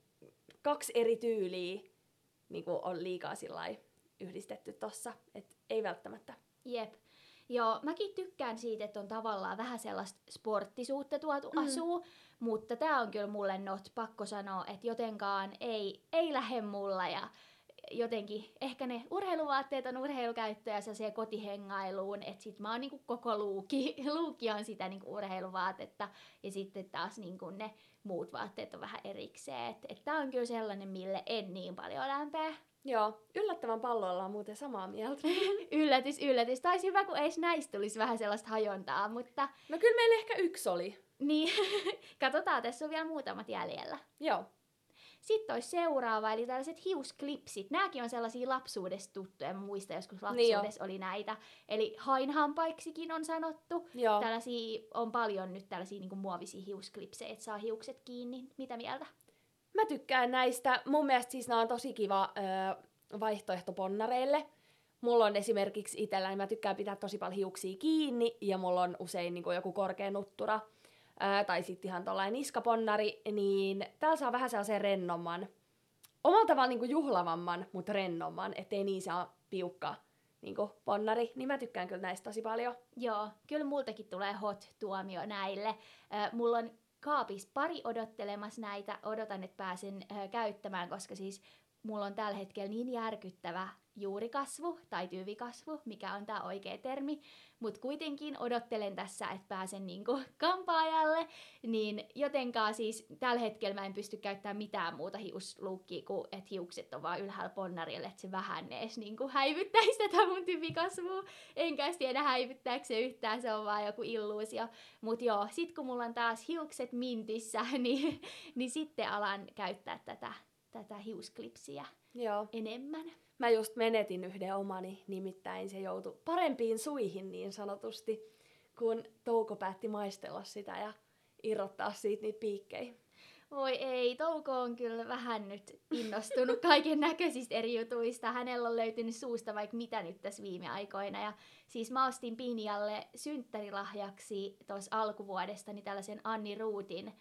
2 eri tyyliä niinku on liikaa sillai yhdistetty tossa, että ei välttämättä. Jep. Joo, mäkin tykkään siitä, että on tavallaan vähän sellaista sporttisuutta tuotu asuu, mutta tää on kyllä mulle pakko sanoa, että jotenkaan ei lähde mulla ja jotenkin ehkä ne urheiluvaatteet on urheilukäyttöä sellaiseen kotihengailuun, että sit mä oon niinku koko luukki on sitä niinku urheiluvaatetta ja sitten taas niinku ne muut vaatteet on vähän erikseen, että tää on kyllä sellainen, mille en niin paljon lämpää. Joo, yllättävän paljon ollaan muuten samaa mieltä. Yllätys. Taisi hyvä, kun eis näistä tulisi vähän sellaista hajontaa, mutta... No kyllä meillä ehkä 1 oli. Niin, katsotaan, tässä on vielä muutamat jäljellä. Joo. Sitten olisi seuraava, eli tällaiset hiusklipsit. Nämäkin on sellaisia lapsuudesta tuttuja, mä muistan joskus lapsuudessa oli näitä. Eli hainhampaiksikin on sanottu. Joo. Tällaisia on paljon nyt tällaisia niin kuin muovisia hiusklipsejä, että saa hiukset kiinni. Mitä mieltä? Mä tykkään näistä. Mun mielestä siis nämä on tosi kiva vaihtoehto ponnareille. Mulla on esimerkiksi itselläni, mä tykkään pitää tosi paljon hiuksia kiinni ja mulla on usein niin kuin joku korkea nuttura tai sitten ihan tollainen niskaponnari, niin täällä saa vähän sellaisen rennomman, omalla tavalla niin kuin juhlavamman, mutta rennomman, ettei niin saa piukka niin kuin ponnari, niin mä tykkään kyllä näistä tosi paljon. Joo, kyllä multakin tulee hot-tuomio näille. Mulla on kaapissa pari odottelemassa näitä, odotan, että pääsen käyttämään, koska siis mulla on tällä hetkellä niin järkyttävä juurikasvu tai tyyvikasvu, mikä on tää oikea termi, mutta kuitenkin odottelen tässä, että pääsen niinku kampaajalle, niin jotenkaan siis tällä hetkellä mä en pysty käyttämään mitään muuta hiusluukkia kuin, että hiukset on vaan ylhäällä ponnarille, että se vähän edes niinku häivyttäisi tätä mun tyyvikasvua, enkä tiedä häivyttääkö se yhtään, se on vaan joku illuusio, mutta joo, sit kun mulla on taas hiukset mintissä, niin sitten alan käyttää tätä hiusklipsiä enemmän. Mä just menetin yhden omani, nimittäin se joutui parempiin suihin niin sanotusti, kun Touko päätti maistella sitä ja irrottaa siitä niitä piikkejä. Voi ei, Touko on kyllä vähän nyt innostunut kaiken näköisistä eri jutuista. Hänellä on löytynyt suusta vaikka mitä nyt tässä viime aikoina. Ja siis mä ostin Pinjalle synttärilahjaksi tuossa alkuvuodesta niin tällaisen Anni Ruutin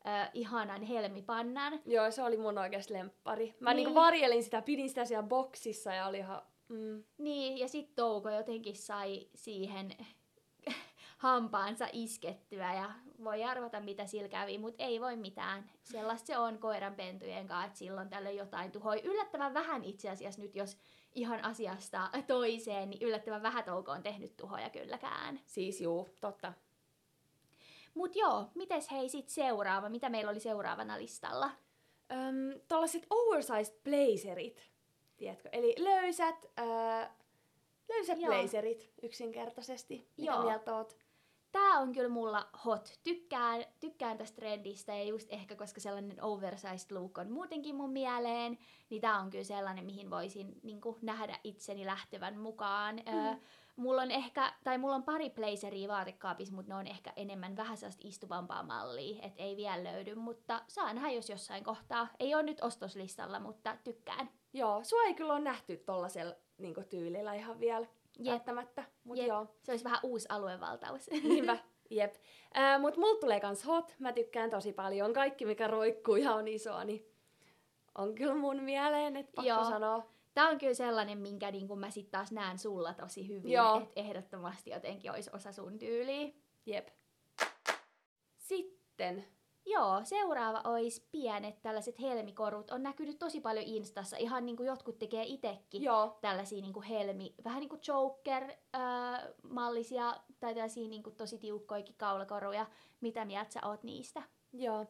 ihanan helmipannan. Joo, se oli mun oikeasti lemppari. Mä niinku varjelin sitä, pidin sitä siellä boksissa ja oli ihan... Niin, ja sit Touko jotenkin sai siihen hampaansa iskettyä ja voi arvata mitä sillä kävi, mutta ei voi mitään. Sellaista se on koiranpentujen kanssa, että silloin tällöin jotain tuhoi. Yllättävän vähän itse asiassa nyt, jos ihan asiasta toiseen, niin yllättävän vähän Touko on tehnyt tuhoja kylläkään. Siis juu, totta. Mut joo, mites hei sit seuraava? Mitä meillä oli seuraavana listalla? Tällaiset oversized blazerit, tiedätkö? Eli Löysät Joo. blazerit yksinkertaisesti. Mitä Joo. mieltä oot? Tää on kyllä mulla hot. Tykkään tästä trendistä ja just ehkä koska sellainen oversized look on muutenkin mun mieleen, niin tää on kyllä sellainen, mihin voisin niinku nähdä itseni lähtevän mukaan. Mulla on pari blazeria vaatekaapissa, mutta ne on ehkä enemmän vähän sellaista istuvampaa mallia, et ei vielä löydy, mutta saa nähdä jos jossain kohtaa. Ei ole nyt ostoslistalla, mutta tykkään. Joo, sua ei kyllä ole nähty tollasella niinku tyylillä ihan vielä. Välttämättä, mut Jep. joo. Se olisi vähän uusi aluevaltaus. Niinpä, jep. Mut multa tulee kans hot. Mä tykkään tosi paljon. Kaikki mikä roikkuu ja on isoa, niin on kyllä mun mieleen, että pakko Joo. sanoa. Tää on kyllä sellainen, minkä niin mä sit taas näen sulla tosi hyvin, että ehdottomasti jotenkin olisi osa sun tyyliä. Jep. Sitten. Joo, seuraava olisi pienet tällaiset helmikorut. On näkynyt tosi paljon Instassa, ihan niin kuin jotkut tekee itekin. Joo. Tällaisia niin kuin vähän niin kuin Joker-mallisia tai tällaisia niin kuin tosi tiukkoikin kaulakoruja. Mitä mieltä sä oot niistä? Joo.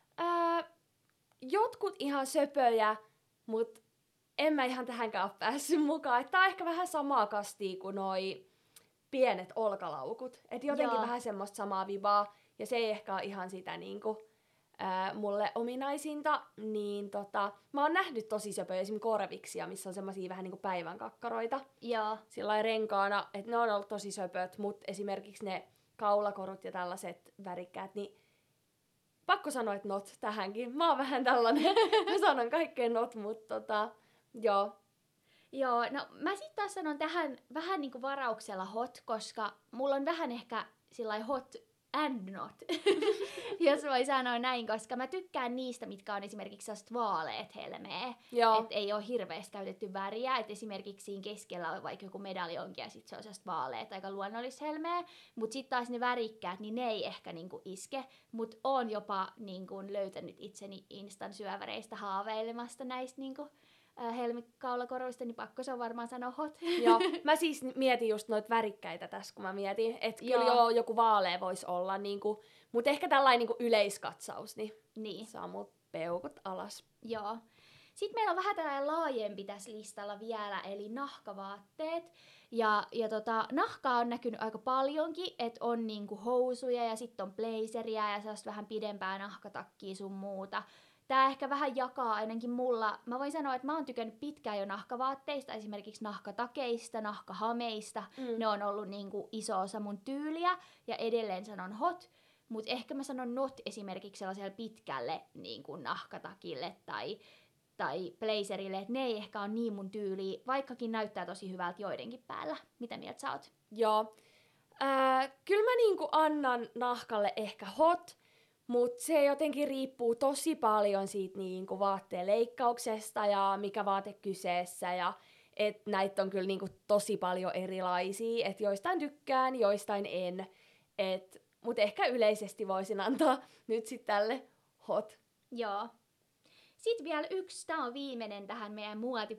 Jotkut ihan söpöjä, mut en mä ihan tähänkään ole päässyt mukaan. Tää on ehkä vähän samaa kastia kuin noi pienet olkalaukut. Et jotenkin Joo. vähän semmoista samaa vibaa. Ja se ei ehkä ole ihan sitä niinku, mulle ominaisinta. Niin mä oon nähnyt tosi söpöjä esimerkiksi korviksia, missä on semmosia vähän niinku päivän kakkaroita. Joo. Sillai renkaana, että ne on ollut tosi söpöt, mutta esimerkiksi ne kaulakorut ja tällaiset värikkäät, niin pakko sanoa, että not tähänkin. Mä oon vähän tällainen, mä sanon kaikkeen not, mutta joo. Joo, no mä sit taas sanon tähän vähän niinku varauksella hot, koska mulla on vähän ehkä sillai hot and not, jos voi sanoa näin, koska mä tykkään niistä, mitkä on esimerkiksi sellaiset vaaleet helmeä. Joo. Että ei ole hirveästi käytetty väriä, että esimerkiksi siinä keskellä on vaikka joku medaljonki ja sit se on sellaiset vaaleet, aika luonnollishelmeä. Mut sit taas ne värikkäät, niin ne ei ehkä niinku iske. Mut oon jopa niinku löytänyt itseni Instan syöväreistä haaveilemasta näistä niinku helmikaulakoruista, niin pakko se on varmaan sanoa hot. Joo, mä siis mietin just noita värikkäitä tässä, kun mä mietin, että kyllä joo, joku vaalea voisi olla, niinku, mutta ehkä tällainen niinku yleiskatsaus, niin saa mut peukut alas. Joo. Sitten meillä on vähän tällainen laajempi tässä listalla vielä, eli nahkavaatteet. Ja nahkaa on näkynyt aika paljonkin, että on niinku housuja ja sitten on blazeria ja sellaista vähän pidempää nahkatakkia sun muuta. Tää ehkä vähän jakaa ainakin mulla. Mä voin sanoa, että mä oon tykännyt pitkään jo nahkavaatteista, esimerkiksi nahkatakeista, nahkahameista. Ne on ollut niinku iso osa mun tyyliä ja edelleen sanon hot. Mut ehkä mä sanon not esimerkiksi sellaiselle pitkälle niinku nahkatakille tai blazerille, että ne ei ehkä ole niin mun tyyliä, vaikkakin näyttää tosi hyvältä joidenkin päällä. Mitä mieltä sä oot? Joo. Kyllä mä niinku annan nahkalle ehkä hot, mutta se jotenkin riippuu tosi paljon siitä niinku vaatteen leikkauksesta ja mikä vaate kyseessä. Ja et näitä on kyllä niinku tosi paljon erilaisia, että joistain tykkään, joistain en. Mutta ehkä yleisesti voisin antaa nyt sitten tälle hot. Joo. Sitten vielä yksi, tämä on viimeinen tähän meidän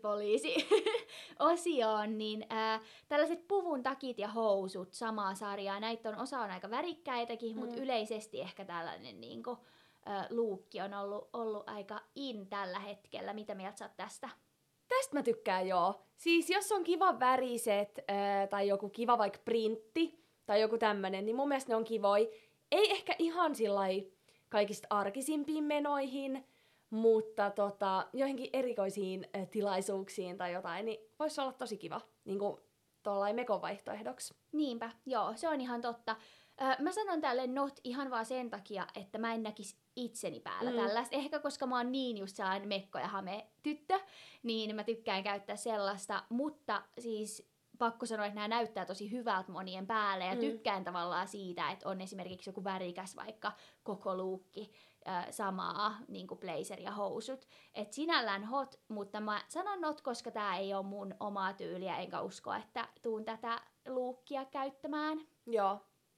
muotipoliisi-osioon, niin tällaiset puvun takit ja housut, samaa sarjaa. Näitä osa on aika värikkäitäkin, mutta yleisesti ehkä tällainen niinku, luukki on ollut aika in tällä hetkellä. Mitä mieltä sä oot tästä? Tästä mä tykkään joo. Siis jos on kiva väriset tai joku kiva vaikka printti tai joku tämmönen, niin mun mielestä ne on kivoi. Ei ehkä ihan sillai kaikista arkisimpiin menoihin, mutta joihinkin erikoisiin tilaisuuksiin tai jotain, niin voisi olla tosi kiva, niin kuin tuollain mekon vaihtoehdoksi. Niinpä, joo, se on ihan totta. Mä sanon tälle not ihan vaan sen takia, että mä en näkisi itseni päällä tällaista. Ehkä koska mä oon niin just sellainen mekko- ja hame-tyttö, niin mä tykkään käyttää sellaista, mutta siis pakko sanoa, että nämä näyttää tosi hyvältä monien päälle ja tykkään tavallaan siitä, että on esimerkiksi joku värikäs vaikka koko luukki samaa niin kuin blazer ja housut. Et sinällään hot, mutta mä sanon not, koska tää ei ole mun omaa tyyliä, enkä usko, että tuun tätä luukkia käyttämään. Joo.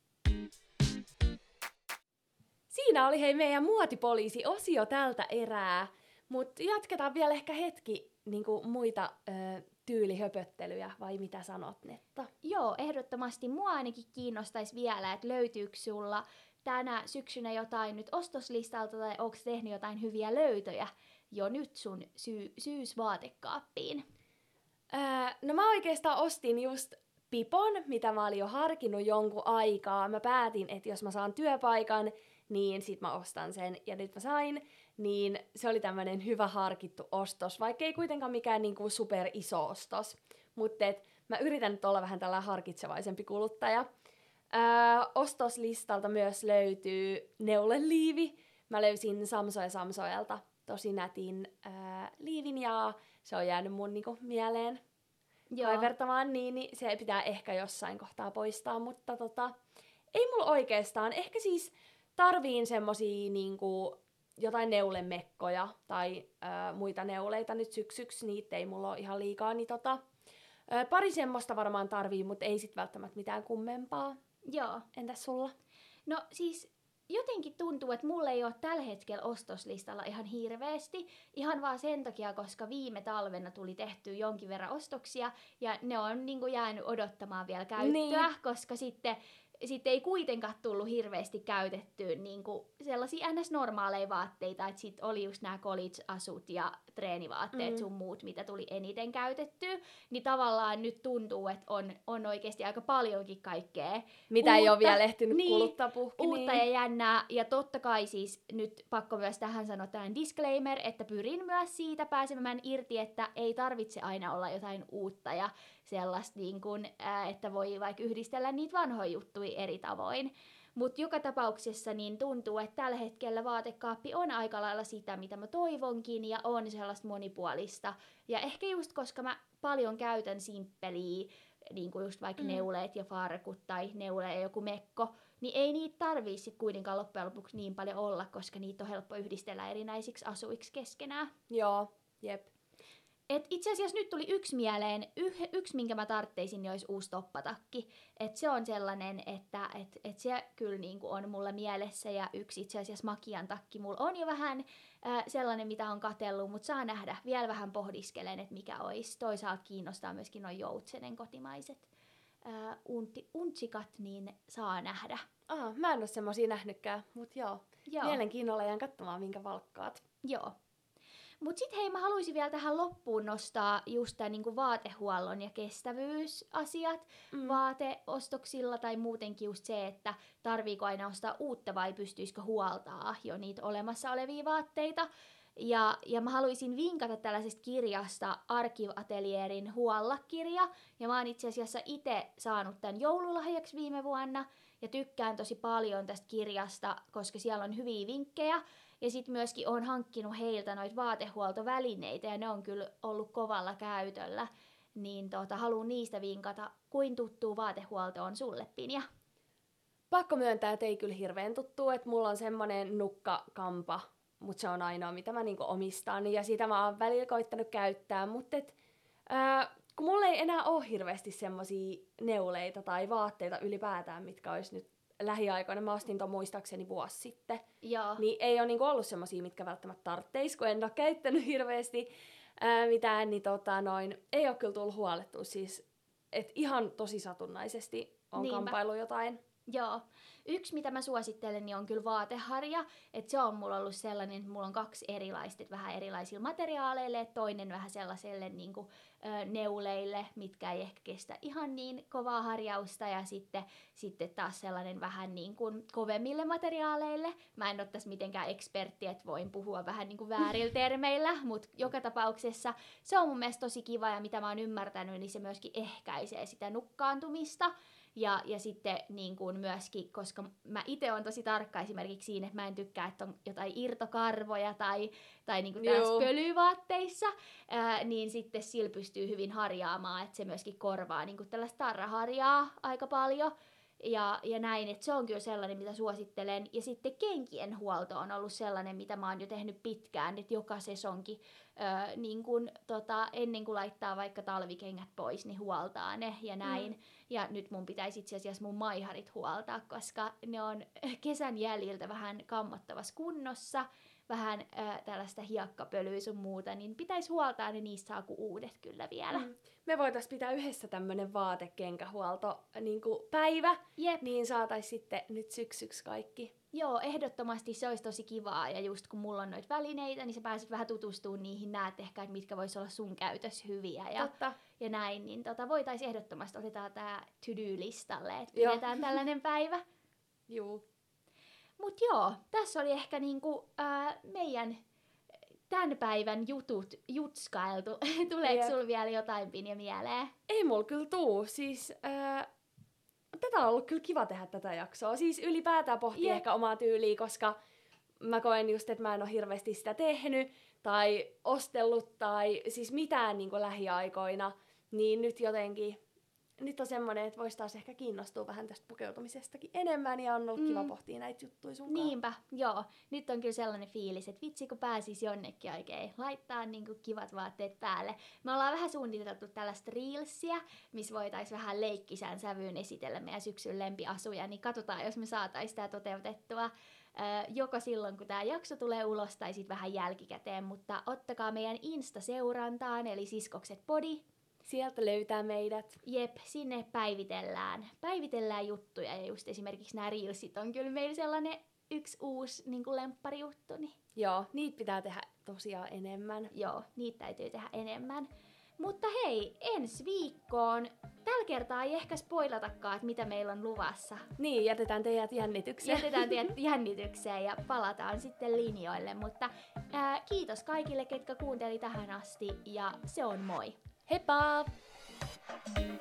Siinä oli hei meidän muotipoliisi-osio tältä erää, mutta jatketaan vielä ehkä hetki niinku muita tyylihöpöttelyjä, vai mitä sanot, Netta? Joo, ehdottomasti mua ainakin kiinnostaisi vielä, että löytyykö sulla tänä syksynä jotain nyt ostoslistalta, tai onko tehnyt jotain hyviä löytöjä jo nyt sun syysvaatekaappiin? No mä oikeastaan ostin just pipon, mitä mä olin jo harkinnut jonkun aikaa. Mä päätin, että jos mä saan työpaikan, niin sit mä ostan sen. Ja nyt mä sain, niin se oli tämmönen hyvä harkittu ostos, vaikka ei kuitenkaan mikään niinku super iso ostos. Mutta mä yritän nyt olla vähän tällä harkitsevaisempi kuluttaja. Ostoslistalta myös löytyy neuleliivi. Mä löysin Samsoelta tosi nätin liivin ja se on jäänyt mun niinku mieleen kaivertamaan, niin se pitää ehkä jossain kohtaa poistaa, mutta ei mulla oikeastaan. Ehkä siis tarviin semmosia niinku jotain neulemekkoja tai muita neuleita nyt syksyksi, niitä ei mulla ole ihan liikaa, niin pari semmoista varmaan tarvii, mutta ei sit välttämättä mitään kummempaa. Joo. Entäs sulla? No siis jotenkin tuntuu, että mulla ei ole tällä hetkellä ostoslistalla ihan hirveästi. Ihan vaan sen takia, koska viime talvena tuli tehtyä jonkin verran ostoksia ja ne on niinku jäänyt odottamaan vielä käyttöä, koska sitten ei kuitenkaan tullut hirveästi käytettyä niinku sellaisia ns-normaaleja vaatteita, että sitten oli just nämä college-asut ja treenivaatteet sun muut, mitä tuli eniten käytettyä, niin tavallaan nyt tuntuu, että on oikeasti aika paljonkin kaikkea mitä uutta, ei ole vielä ehtinyt kuluttaa puhki. Uutta ja jännää, ja totta kai siis nyt pakko myös tähän sanoa tällainen disclaimer, että pyrin myös siitä pääsemään irti, että ei tarvitse aina olla jotain uutta ja sellaista, niin kun, että voi vaikka yhdistellä niitä vanhoja juttuja eri tavoin. Mutta joka tapauksessa niin tuntuu, että tällä hetkellä vaatekaappi on aika lailla sitä, mitä mä toivonkin, ja on sellaista monipuolista. Ja ehkä just koska mä paljon käytän simppeliä, niin kuin just vaikka neuleet ja farkut tai neule ja joku mekko, niin ei niitä tarvii sit kuitenkaan loppujen lopuksi niin paljon olla, koska niitä on helppo yhdistellä erinäisiksi asuiksi keskenään. Joo, jep. Et itse asiassa nyt tuli yksi mieleen, yksi minkä mä tartteisin, niin olisi uusi toppatakki. Et se on sellainen, että se kyllä niinku on mulla mielessä, ja yksi itse asiassa makian takki mulla on jo vähän sellainen, mitä on katsellut, mutta saa nähdä. Vielä vähän pohdiskelen, että mikä olisi. Toisaalta kiinnostaa myöskin nuo Joutsenen kotimaiset untsikat, niin saa nähdä. Mä en ole semmosia nähnytkään, mutta joo. Mielenkiinnolla jään katsomaan, minkä valkkaat. Joo. Mut sit hei, mä haluaisin vielä tähän loppuun nostaa just tän niinku vaatehuollon ja kestävyysasiat vaateostoksilla tai muutenkin just se, että tarviiko aina ostaa uutta vai pystyisikö huoltaa jo niitä olemassa olevia vaatteita. Ja mä haluaisin vinkata tällaisesta kirjasta Arkiv-atelierin Huolla-kirja. Ja mä oon itse asiassa itse saanut tämän joululahjaksi viime vuonna ja tykkään tosi paljon tästä kirjasta, koska siellä on hyviä vinkkejä. Ja sitten myöskin olen hankkinut heiltä noita vaatehuoltovälineitä, ja ne on kyllä ollut kovalla käytöllä. Niin haluan niistä vinkata. Kuin tuttuu vaatehuolto on sulle, Pinja? Pakko myöntää, että ei kyllä hirveän tuttuu, että mulla on semmonen nukkakampa, mutta se on ainoa, mitä mä niinku omistan. Ja sitä mä oon välillä koittanut käyttää, mutta kun mulla ei enää ole hirveästi semmosia neuleita tai vaatteita ylipäätään, mitkä olisi nyt lähiaikoina, mä ostin ton muistaakseni vuosi sitten, niin ei ole niinku ollut semmosia, mitkä välttämättä tartteis, kun en ole käyttänyt hirveästi mitään, niin ei ole kyllä tullut huolettua siis, että ihan tosi satunnaisesti on kampailu jotain. Joo. Yksi, mitä mä suosittelen, niin on kyllä vaateharja. Että se on mulla ollut sellainen, että mulla on kaksi erilaista, vähän erilaisilla materiaaleille, toinen vähän sellaiselle niin kuin, neuleille, mitkä ei ehkä kestä ihan niin kovaa harjausta, ja sitten taas sellainen vähän niin kuin kovemmille materiaaleille. Mä en ole tässä mitenkään ekspertti, että voin puhua vähän niin kuin väärillä termeillä, mutta joka tapauksessa se on mun mielestä tosi kiva, ja mitä mä oon ymmärtänyt, niin se myöskin ehkäisee sitä nukkaantumista. Ja sitten niin kuin myöskin, koska mä itse olen tosi tarkka esimerkiksi siinä, että mä en tykkää, että on jotain irtokarvoja tai niin kuin taas pölyvaatteissa, niin sitten sillä pystyy hyvin harjaamaan, että se myöskin korvaa niin kuin tällaista tarraharjaa aika paljon. Ja näin, että se on kyllä sellainen, mitä suosittelen. Ja sitten kenkien huolto on ollut sellainen, mitä mä oon jo tehnyt pitkään, että joka sesonki niin kun, ennen kuin laittaa vaikka talvikengät pois, niin huoltaa ne ja näin. Ja nyt mun pitäisi itse asiassa mun maiharit huoltaa, koska ne on kesän jäljiltä vähän kammottavassa kunnossa, vähän tällaista hiekkapölyä sun muuta, niin pitäisi huoltaa ne, niistä saa kuin uudet kyllä vielä. Me voitaisiin pitää yhdessä tämmönen vaatekenkähuolto niin päivä, niin saatais sitten nyt syksyksi kaikki. Joo, ehdottomasti se olisi tosi kivaa, ja just kun mulla on noita välineitä, niin sä pääset vähän tutustumaan niihin, näet ehkä, että mitkä vois olla sun käytössä hyviä. Ja ja näin, niin voitaisiin ehdottomasti otetaan tää to-do-listalle, että pidetään tällainen päivä. Juu. Mut joo, tässä oli ehkä niinku, meidän tämän päivän jutskailtu. Tuleeko sulla vielä jotain, Pinja, mieleen? Ei mulla kyllä tuu. Siis tätä on ollut kyllä kiva tehdä tätä jaksoa. Siis ylipäätään pohtia ehkä omaa tyyliä, koska mä koen just, että mä en ole hirveästi sitä tehnyt tai ostellut tai siis mitään niin kuin lähiaikoina. Niin nyt jotenkin, nyt on semmoinen, että vois taas ehkä kiinnostua vähän tästä pukeutumisestakin enemmän ja on ollut kiva pohtia näitä juttuja sun kanssa. Niinpä, joo. Nyt on kyllä sellainen fiilis, että vitsi kun pääsis jonnekin oikein laittaa niinku kivat vaatteet päälle. Me ollaan vähän suunniteltu tällaista reelsia, missä voitaisiin vähän leikkisään sävyyn esitellä meidän syksyn lempiasuja, niin katsotaan, jos me saataisiin sitä toteutettua joko silloin, kun tämä jakso tulee ulos, tai sitten vähän jälkikäteen, mutta ottakaa meidän Insta-seurantaan, eli Siskokset Podi. Sieltä löytää meidät. Jep, sinne päivitellään juttuja, ja just esimerkiksi nämä reelsit on kyllä meillä sellainen yksi uusi niin kuin lempparijuttu. Niin. Joo, niitä pitää tehdä tosiaan enemmän. Joo, niitä täytyy tehdä enemmän. Mutta hei, ensi viikkoon. Tällä kertaa ei ehkä spoilatakaan, että mitä meillä on luvassa. Niin, jätetään teidät jännitykseen ja palataan sitten linjoille. Mutta kiitos kaikille, ketkä kuunteli tähän asti, ja se on moi. Heippa!